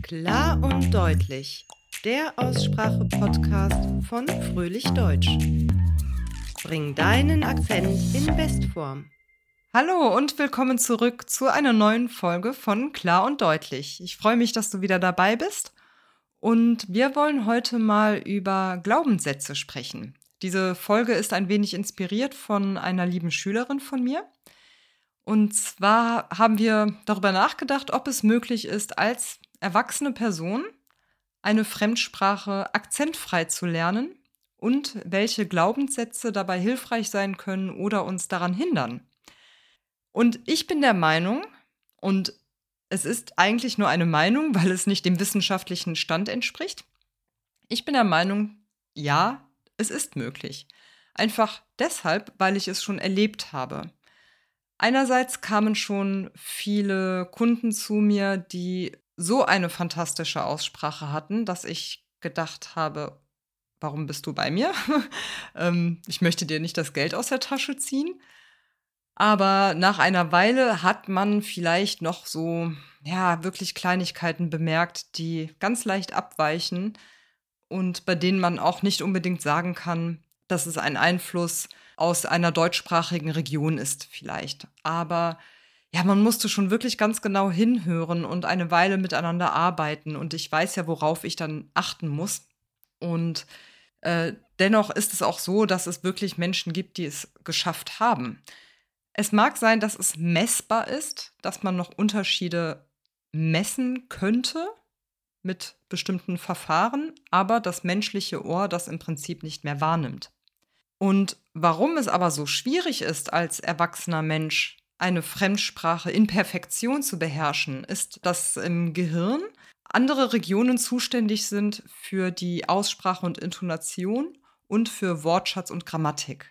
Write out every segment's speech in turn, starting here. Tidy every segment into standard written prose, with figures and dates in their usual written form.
Klar und deutlich. Der Aussprache-Podcast von Fröhlich Deutsch. Bring deinen Akzent in Bestform. Hallo und willkommen zurück zu einer neuen Folge von Klar und deutlich. Ich freue mich, dass du wieder dabei bist. Und wir wollen heute mal über Glaubenssätze sprechen. Diese Folge ist ein wenig inspiriert von einer lieben Schülerin von mir. Und zwar haben wir darüber nachgedacht, ob es möglich ist, als erwachsene Person eine Fremdsprache akzentfrei zu lernen und welche Glaubenssätze dabei hilfreich sein können oder uns daran hindern. Und ich bin der Meinung, und es ist eigentlich nur eine Meinung, weil es nicht dem wissenschaftlichen Stand entspricht. Ich bin der Meinung, ja, es ist möglich. Einfach deshalb, weil ich es schon erlebt habe. Einerseits kamen schon viele Kunden zu mir, die so eine fantastische Aussprache hatten, dass ich gedacht habe, warum bist du bei mir? Ich möchte dir nicht das Geld aus der Tasche ziehen. Aber nach einer Weile hat man vielleicht noch so, ja, wirklich Kleinigkeiten bemerkt, die ganz leicht abweichen und bei denen man auch nicht unbedingt sagen kann, dass es ein Einfluss aus einer deutschsprachigen Region ist vielleicht. Aber ja, man musste schon wirklich ganz genau hinhören und eine Weile miteinander arbeiten. Und ich weiß ja, worauf ich dann achten muss. Und dennoch ist es auch so, dass es wirklich Menschen gibt, die es geschafft haben. Es mag sein, dass es messbar ist, dass man noch Unterschiede messen könnte mit bestimmten Verfahren, aber das menschliche Ohr das im Prinzip nicht mehr wahrnimmt. Und warum es aber so schwierig ist, als erwachsener Mensch eine Fremdsprache in Perfektion zu beherrschen, ist, dass im Gehirn andere Regionen zuständig sind für die Aussprache und Intonation und für Wortschatz und Grammatik.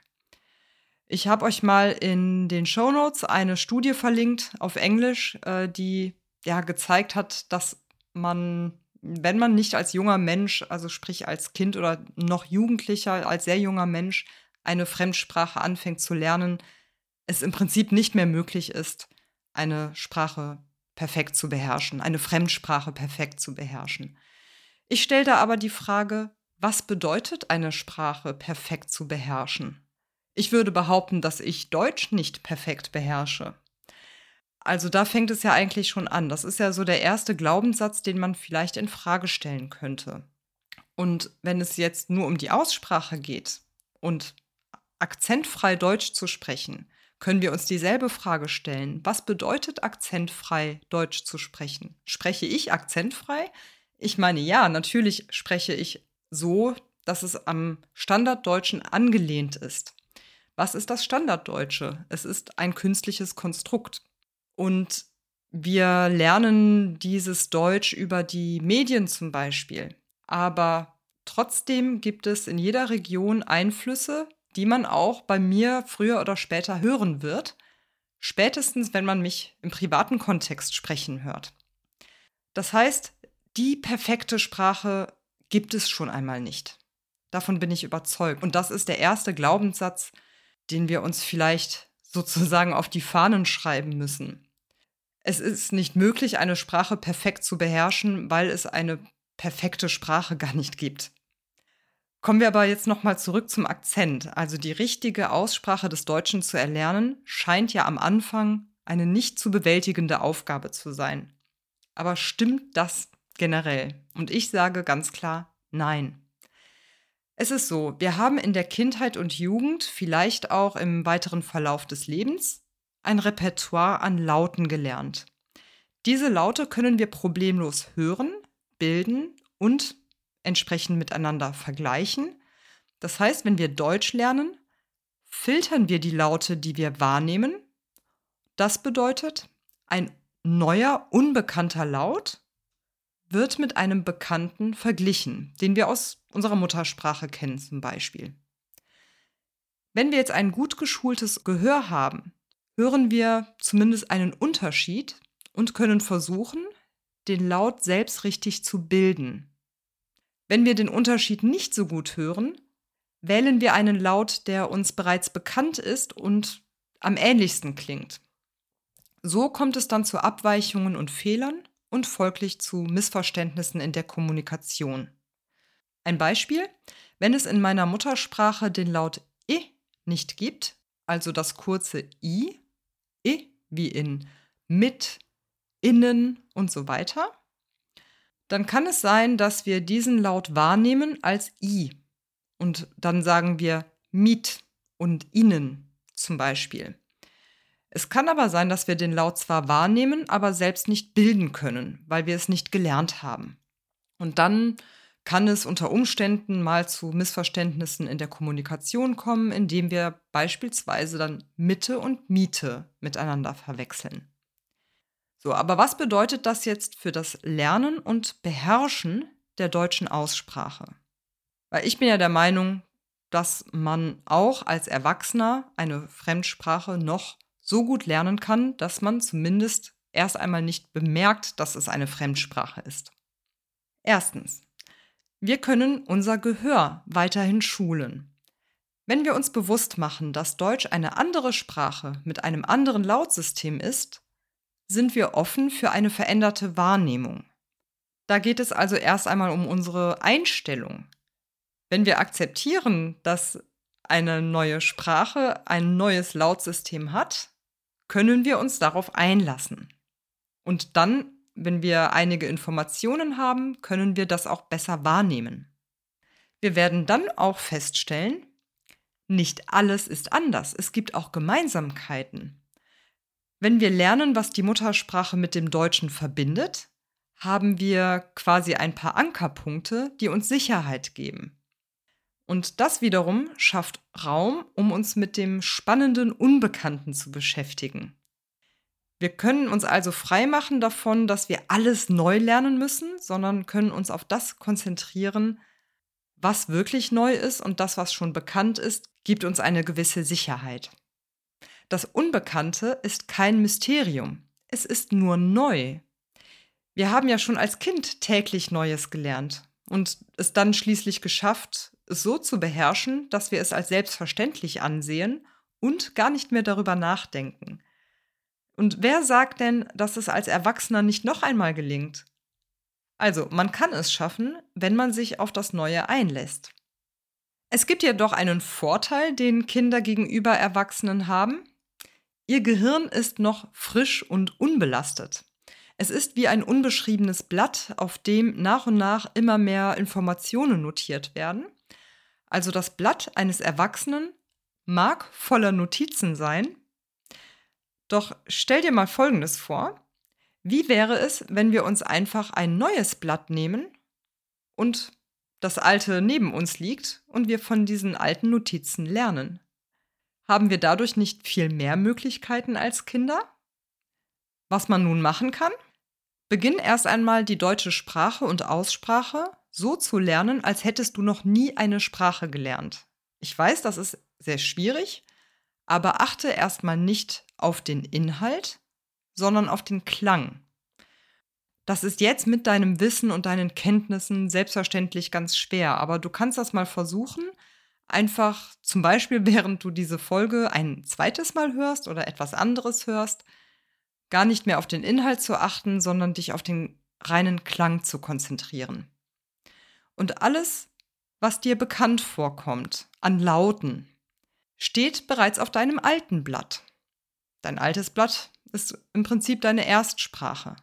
Ich habe euch mal in den Shownotes eine Studie verlinkt auf Englisch, die ja gezeigt hat, dass man, wenn man nicht als junger Mensch, also sprich als Kind oder noch Jugendlicher, als sehr junger Mensch eine Fremdsprache anfängt zu lernen, es im Prinzip nicht mehr möglich ist, eine Sprache perfekt zu beherrschen, eine Fremdsprache perfekt zu beherrschen. Ich stelle da aber die Frage, was bedeutet eine Sprache perfekt zu beherrschen? Ich würde behaupten, dass ich Deutsch nicht perfekt beherrsche. Also da fängt es ja eigentlich schon an. Das ist ja so der erste Glaubenssatz, den man vielleicht in Frage stellen könnte. Und wenn es jetzt nur um die Aussprache geht und akzentfrei Deutsch zu sprechen, können wir uns dieselbe Frage stellen. Was bedeutet akzentfrei Deutsch zu sprechen? Spreche ich akzentfrei? Ich meine, ja, natürlich spreche ich so, dass es am Standarddeutschen angelehnt ist. Was ist das Standarddeutsche? Es ist ein künstliches Konstrukt. Und wir lernen dieses Deutsch über die Medien zum Beispiel. Aber trotzdem gibt es in jeder Region Einflüsse, die man auch bei mir früher oder später hören wird. Spätestens, wenn man mich im privaten Kontext sprechen hört. Das heißt, die perfekte Sprache gibt es schon einmal nicht. Davon bin ich überzeugt. Und das ist der erste Glaubenssatz, den wir uns vielleicht sozusagen auf die Fahnen schreiben müssen. Es ist nicht möglich, eine Sprache perfekt zu beherrschen, weil es eine perfekte Sprache gar nicht gibt. Kommen wir aber jetzt nochmal zurück zum Akzent. Also die richtige Aussprache des Deutschen zu erlernen, scheint ja am Anfang eine nicht zu bewältigende Aufgabe zu sein. Aber stimmt das generell? Und ich sage ganz klar, nein. Es ist so, wir haben in der Kindheit und Jugend, vielleicht auch im weiteren Verlauf des Lebens, ein Repertoire an Lauten gelernt. Diese Laute können wir problemlos hören, bilden und entsprechend miteinander vergleichen. Das heißt, wenn wir Deutsch lernen, filtern wir die Laute, die wir wahrnehmen. Das bedeutet, ein neuer, unbekannter Laut wird mit einem Bekannten verglichen, den wir aus unserer Muttersprache kennen zum Beispiel. Wenn wir jetzt ein gut geschultes Gehör haben, hören wir zumindest einen Unterschied und können versuchen, den Laut selbst richtig zu bilden. Wenn wir den Unterschied nicht so gut hören, wählen wir einen Laut, der uns bereits bekannt ist und am ähnlichsten klingt. So kommt es dann zu Abweichungen und Fehlern und folglich zu Missverständnissen in der Kommunikation. Ein Beispiel: Wenn es in meiner Muttersprache den Laut nicht gibt, also das kurze i wie in mit, innen und so weiter, dann kann es sein, dass wir diesen Laut wahrnehmen als i und dann sagen wir mit und innen zum Beispiel. Es kann aber sein, dass wir den Laut zwar wahrnehmen, aber selbst nicht bilden können, weil wir es nicht gelernt haben. Und dann kann es unter Umständen mal zu Missverständnissen in der Kommunikation kommen, indem wir beispielsweise dann Mitte und Miete miteinander verwechseln. So, aber was bedeutet das jetzt für das Lernen und Beherrschen der deutschen Aussprache? Weil ich bin ja der Meinung, dass man auch als Erwachsener eine Fremdsprache noch so gut lernen kann, dass man zumindest erst einmal nicht bemerkt, dass es eine Fremdsprache ist. Erstens: Wir können unser Gehör weiterhin schulen. Wenn wir uns bewusst machen, dass Deutsch eine andere Sprache mit einem anderen Lautsystem ist, sind wir offen für eine veränderte Wahrnehmung. Da geht es also erst einmal um unsere Einstellung. Wenn wir akzeptieren, dass eine neue Sprache ein neues Lautsystem hat, können wir uns darauf einlassen. Und dann, wenn wir einige Informationen haben, können wir das auch besser wahrnehmen. Wir werden dann auch feststellen, nicht alles ist anders. Es gibt auch Gemeinsamkeiten. Wenn wir lernen, was die Muttersprache mit dem Deutschen verbindet, haben wir quasi ein paar Ankerpunkte, die uns Sicherheit geben. Und das wiederum schafft Raum, um uns mit dem spannenden Unbekannten zu beschäftigen. Wir können uns also freimachen davon, dass wir alles neu lernen müssen, sondern können uns auf das konzentrieren, was wirklich neu ist, und das, was schon bekannt ist, gibt uns eine gewisse Sicherheit. Das Unbekannte ist kein Mysterium, es ist nur neu. Wir haben ja schon als Kind täglich Neues gelernt und es dann schließlich geschafft, es so zu beherrschen, dass wir es als selbstverständlich ansehen und gar nicht mehr darüber nachdenken. Und wer sagt denn, dass es als Erwachsener nicht noch einmal gelingt? Also, man kann es schaffen, wenn man sich auf das Neue einlässt. Es gibt jedoch einen Vorteil, den Kinder gegenüber Erwachsenen haben. Ihr Gehirn ist noch frisch und unbelastet. Es ist wie ein unbeschriebenes Blatt, auf dem nach und nach immer mehr Informationen notiert werden. Also das Blatt eines Erwachsenen mag voller Notizen sein. Doch stell dir mal Folgendes vor: Wie wäre es, wenn wir uns einfach ein neues Blatt nehmen und das alte neben uns liegt und wir von diesen alten Notizen lernen? Haben wir dadurch nicht viel mehr Möglichkeiten als Kinder? Was man nun machen kann? Beginn erst einmal die deutsche Sprache und Aussprache so zu lernen, als hättest du noch nie eine Sprache gelernt. Ich weiß, das ist sehr schwierig, aber achte erstmal nicht auf den Inhalt, sondern auf den Klang. Das ist jetzt mit deinem Wissen und deinen Kenntnissen selbstverständlich ganz schwer, aber du kannst das mal versuchen, einfach zum Beispiel, während du diese Folge ein zweites Mal hörst oder etwas anderes hörst, gar nicht mehr auf den Inhalt zu achten, sondern dich auf den reinen Klang zu konzentrieren. Und alles, was dir bekannt vorkommt an Lauten, steht bereits auf deinem alten Blatt. Dein altes Blatt ist im Prinzip deine Erstsprache.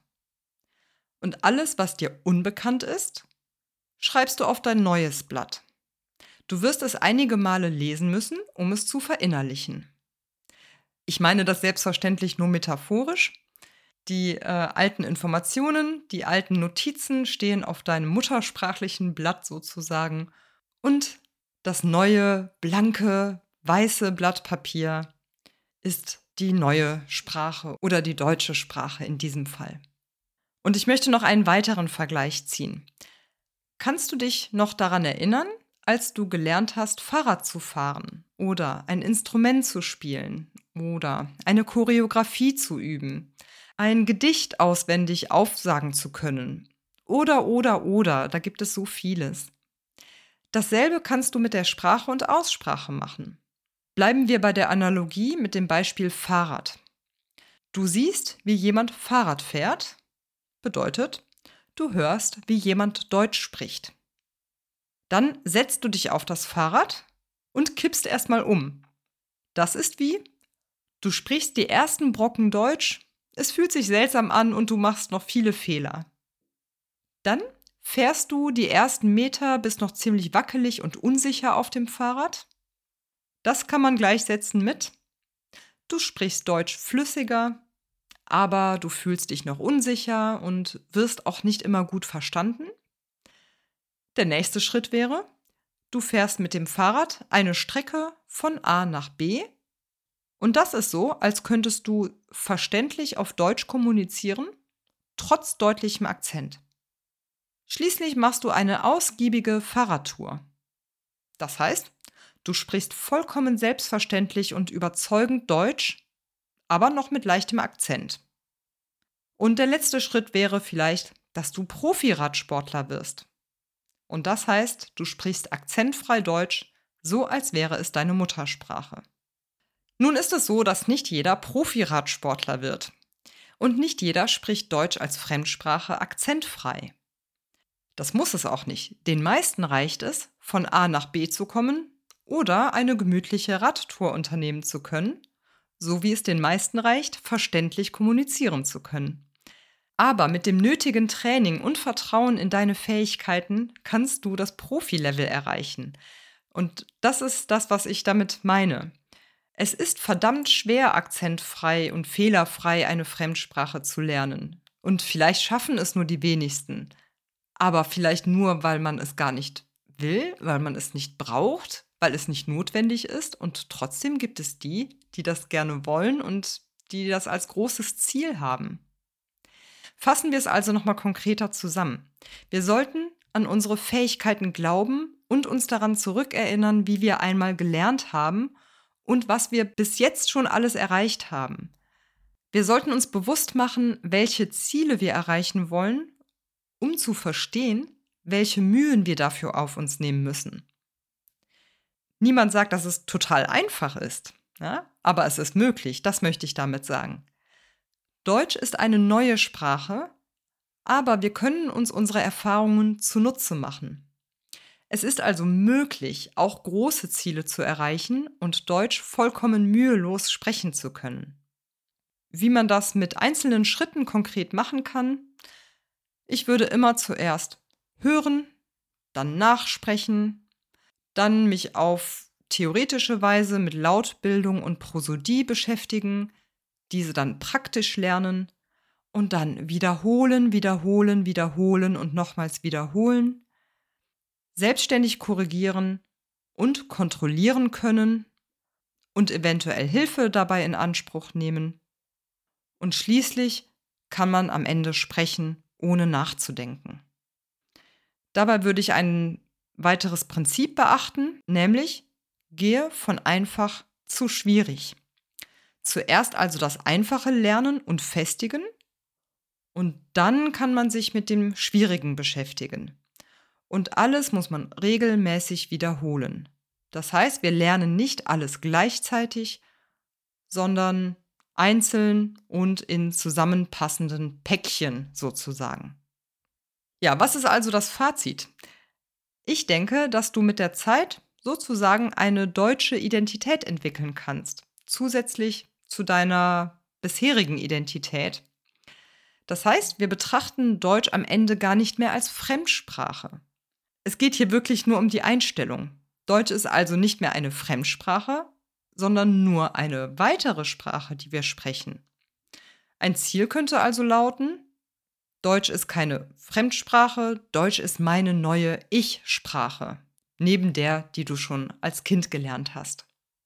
Und alles, was dir unbekannt ist, schreibst du auf dein neues Blatt. Du wirst es einige Male lesen müssen, um es zu verinnerlichen. Ich meine das selbstverständlich nur metaphorisch. Die alten Informationen, die alten Notizen stehen auf deinem muttersprachlichen Blatt sozusagen und das neue, blanke, weiße Blatt Papier ist die neue Sprache oder die deutsche Sprache in diesem Fall. Und ich möchte noch einen weiteren Vergleich ziehen. Kannst du dich noch daran erinnern, als du gelernt hast, Fahrrad zu fahren oder ein Instrument zu spielen oder eine Choreografie zu üben, ein Gedicht auswendig aufsagen zu können oder, da gibt es so vieles. Dasselbe kannst du mit der Sprache und Aussprache machen. Bleiben wir bei der Analogie mit dem Beispiel Fahrrad. Du siehst, wie jemand Fahrrad fährt bedeutet, du hörst, wie jemand Deutsch spricht. Dann setzt du dich auf das Fahrrad und kippst erstmal um. Das ist wie: Du sprichst die ersten Brocken Deutsch, es fühlt sich seltsam an und du machst noch viele Fehler. Dann fährst du die ersten Meter, bist noch ziemlich wackelig und unsicher auf dem Fahrrad. Das kann man gleichsetzen mit: Du sprichst Deutsch flüssiger, aber du fühlst dich noch unsicher und wirst auch nicht immer gut verstanden. Der nächste Schritt wäre: Du fährst mit dem Fahrrad eine Strecke von A nach B. Und das ist so, als könntest du verständlich auf Deutsch kommunizieren, trotz deutlichem Akzent. Schließlich machst du eine ausgiebige Fahrradtour. Das heißt, du sprichst vollkommen selbstverständlich und überzeugend Deutsch, aber noch mit leichtem Akzent. Und der letzte Schritt wäre vielleicht, dass du Profi-Radsportler wirst. Und das heißt, du sprichst akzentfrei Deutsch, so als wäre es deine Muttersprache. Nun ist es so, dass nicht jeder Profi-Radsportler wird. Und nicht jeder spricht Deutsch als Fremdsprache akzentfrei. Das muss es auch nicht. Den meisten reicht es, von A nach B zu kommen oder eine gemütliche Radtour unternehmen zu können, so wie es den meisten reicht, verständlich kommunizieren zu können. Aber mit dem nötigen Training und Vertrauen in deine Fähigkeiten kannst du das Profilevel erreichen. Und das ist das, was ich damit meine. Es ist verdammt schwer, akzentfrei und fehlerfrei eine Fremdsprache zu lernen. Und vielleicht schaffen es nur die wenigsten. Aber vielleicht nur, weil man es gar nicht will, weil man es nicht braucht, weil es nicht notwendig ist. Und trotzdem gibt es die, die das gerne wollen und die das als großes Ziel haben. Fassen wir es also nochmal konkreter zusammen. Wir sollten an unsere Fähigkeiten glauben und uns daran zurückerinnern, wie wir einmal gelernt haben und was wir bis jetzt schon alles erreicht haben. Wir sollten uns bewusst machen, welche Ziele wir erreichen wollen, um zu verstehen, welche Mühen wir dafür auf uns nehmen müssen. Niemand sagt, dass es total einfach ist, ja? Aber es ist möglich, das möchte ich damit sagen. Deutsch ist eine neue Sprache, aber wir können uns unsere Erfahrungen zunutze machen. Es ist also möglich, auch große Ziele zu erreichen und Deutsch vollkommen mühelos sprechen zu können. Wie man das mit einzelnen Schritten konkret machen kann: Ich würde immer zuerst hören, dann nachsprechen, dann mich auf theoretische Weise mit Lautbildung und Prosodie beschäftigen, diese dann praktisch lernen und dann wiederholen, wiederholen, wiederholen und nochmals wiederholen, selbstständig korrigieren und kontrollieren können und eventuell Hilfe dabei in Anspruch nehmen. Und schließlich kann man am Ende sprechen, ohne nachzudenken. Dabei würde ich ein weiteres Prinzip beachten, nämlich: Gehe von einfach zu schwierig. Zuerst also das Einfache lernen und festigen und dann kann man sich mit dem Schwierigen beschäftigen. Und alles muss man regelmäßig wiederholen. Das heißt, wir lernen nicht alles gleichzeitig, sondern einzeln und in zusammenpassenden Päckchen sozusagen. Ja, was ist also das Fazit? Ich denke, dass du mit der Zeit sozusagen eine deutsche Identität entwickeln kannst, zusätzlich zu deiner bisherigen Identität. Das heißt, wir betrachten Deutsch am Ende gar nicht mehr als Fremdsprache. Es geht hier wirklich nur um die Einstellung. Deutsch ist also nicht mehr eine Fremdsprache, sondern nur eine weitere Sprache, die wir sprechen. Ein Ziel könnte also lauten: Deutsch ist keine Fremdsprache, Deutsch ist meine neue Ich-Sprache, neben der, die du schon als Kind gelernt hast.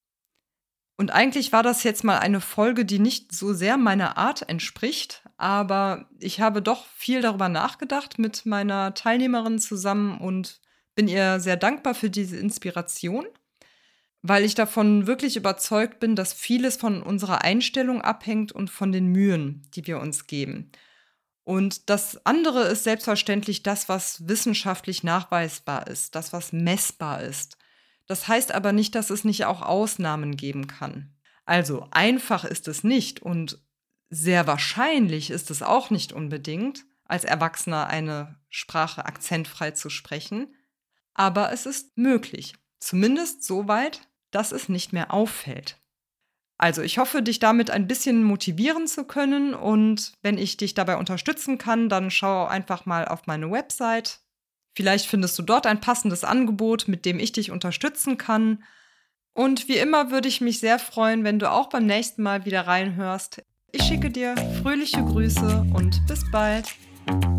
Und eigentlich war das jetzt mal eine Folge, die nicht so sehr meiner Art entspricht, aber ich habe doch viel darüber nachgedacht mit meiner Teilnehmerin zusammen und bin ihr sehr dankbar für diese Inspiration, weil ich davon wirklich überzeugt bin, dass vieles von unserer Einstellung abhängt und von den Mühen, die wir uns geben. Und das andere ist selbstverständlich das, was wissenschaftlich nachweisbar ist, das, was messbar ist. Das heißt aber nicht, dass es nicht auch Ausnahmen geben kann. Also einfach ist es nicht und sehr wahrscheinlich ist es auch nicht unbedingt. als Erwachsener eine Sprache akzentfrei zu sprechen. Aber es ist möglich. Zumindest so weit, dass es nicht mehr auffällt. Also ich hoffe, dich damit ein bisschen motivieren zu können. Und wenn ich dich dabei unterstützen kann, dann schau einfach mal auf meine Website. Vielleicht findest du dort ein passendes Angebot, mit dem ich dich unterstützen kann. Und wie immer würde ich mich sehr freuen, wenn du auch beim nächsten Mal wieder reinhörst. Ich schicke dir fröhliche Grüße und bis bald.